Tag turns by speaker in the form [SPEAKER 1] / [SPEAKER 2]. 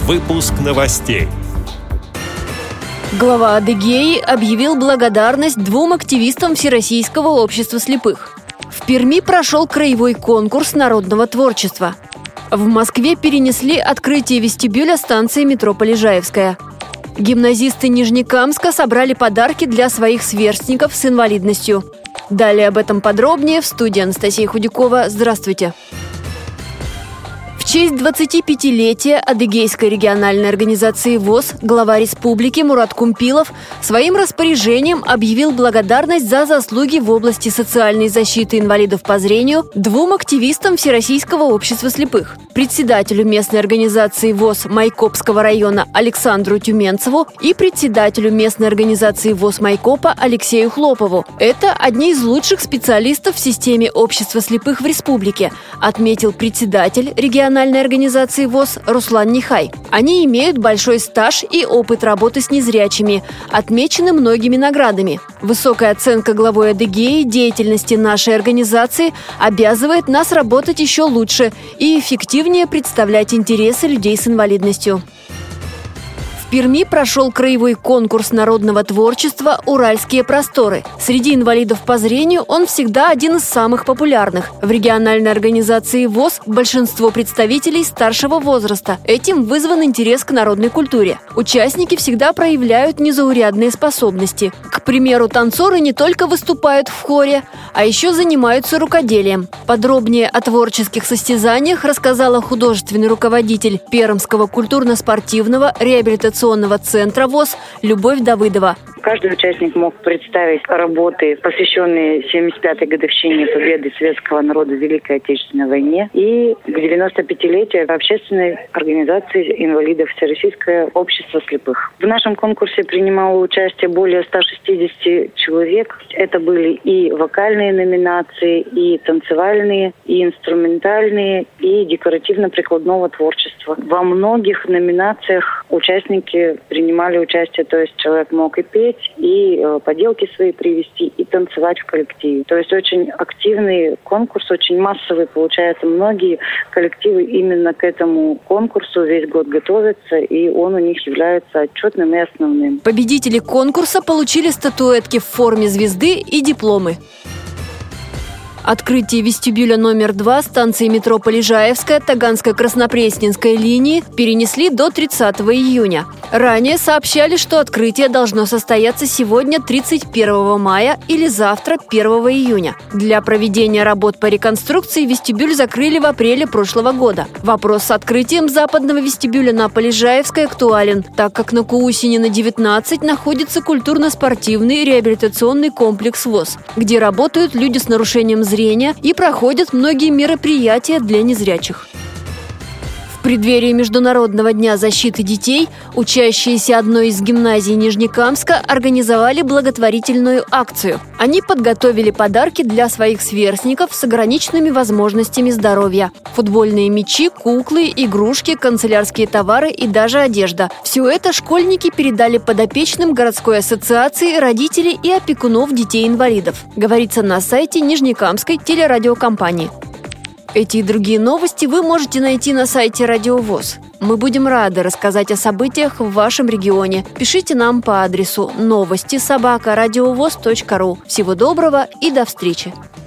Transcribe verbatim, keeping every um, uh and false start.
[SPEAKER 1] Выпуск новостей.
[SPEAKER 2] Глава Адыгеи объявил благодарность двум активистам Всероссийского общества слепых. В Перми прошел краевой конкурс народного творчества. В Москве перенесли открытие вестибюля станции метро Полежаевская. Гимназисты Нижнекамска собрали подарки для своих сверстников с инвалидностью. Далее об этом подробнее в студии Анастасия Худякова. Здравствуйте! В честь двадцатипятилетия Адыгейской региональной организации ВОС глава республики Мурат Кумпилов своим распоряжением объявил благодарность за заслуги в области социальной защиты инвалидов по зрению двум активистам Всероссийского общества слепых: председателю местной организации ВОС Майкопского района Александру Тюменцеву и председателю местной организации ВОС Майкопа Алексею Хлопову. Это одни из лучших специалистов в системе общества слепых в республике, отметил председатель региональной организации ВОС Руслан Нихай. Они имеют большой стаж и опыт работы с незрячими, отмечены многими наградами. Высокая оценка главой Адыгеи деятельности нашей организации обязывает нас работать еще лучше и эффективнее представлять интересы людей с инвалидностью. В Перми прошел краевой конкурс народного творчества «Уральские просторы». Среди инвалидов по зрению он всегда один из самых популярных. В региональной организации ВОС большинство представителей старшего возраста. Этим вызван интерес к народной культуре. Участники всегда проявляют незаурядные способности. К примеру, танцоры не только выступают в хоре, а еще занимаются рукоделием. Подробнее о творческих состязаниях рассказала художественный руководитель Пермского культурно-спортивного реабилитационного центра ВОС Любовь Давыдова.
[SPEAKER 3] Каждый участник мог представить работы, посвященные семьдесят пятой годовщине победы советского народа в Великой Отечественной войне и к девяносто пятилетию общественной организации инвалидов Всероссийское общество слепых. В нашем конкурсе принимало участие более ста шестидесяти человек. Это были и вокальные номинации, и танцевальные, и инструментальные, и декоративно-прикладного творчества. Во многих номинациях участники принимали участие, то есть человек мог и петь, и э, поделки свои привести, и танцевать в коллективе. То есть очень активный конкурс, очень массовый получается. Многие коллективы именно к этому конкурсу весь год готовятся, и он у них является отчетным и основным.
[SPEAKER 2] Победители конкурса получили статуэтки в форме звезды и дипломы. Открытие вестибюля номер два станции метро Полежаевская Таганско-Краснопресненской линии перенесли до тридцатого июня. Ранее сообщали, что открытие должно состояться сегодня, тридцать первого мая, или завтра, первого июня. Для проведения работ по реконструкции вестибюль закрыли в апреле прошлого года. Вопрос с открытием западного вестибюля на Полежаевской актуален, так как на Куусинина девятнадцать находится культурно-спортивный реабилитационный комплекс ВОС, где работают люди с нарушением зрения зрения и проходят многие мероприятия для незрячих. В преддверии Международного дня защиты детей учащиеся одной из гимназий Нижнекамска организовали благотворительную акцию. Они подготовили подарки для своих сверстников с ограниченными возможностями здоровья. Футбольные мячи, куклы, игрушки, канцелярские товары и даже одежда. Все это школьники передали подопечным городской ассоциации родителей и опекунов детей-инвалидов. Говорится на сайте Нижнекамской телерадиокомпании. Эти и другие новости вы можете найти на сайте Радио ВОС. Мы будем рады рассказать о событиях в вашем регионе. Пишите нам по адресу новости собака радиовос точка ру. Всего доброго и до встречи!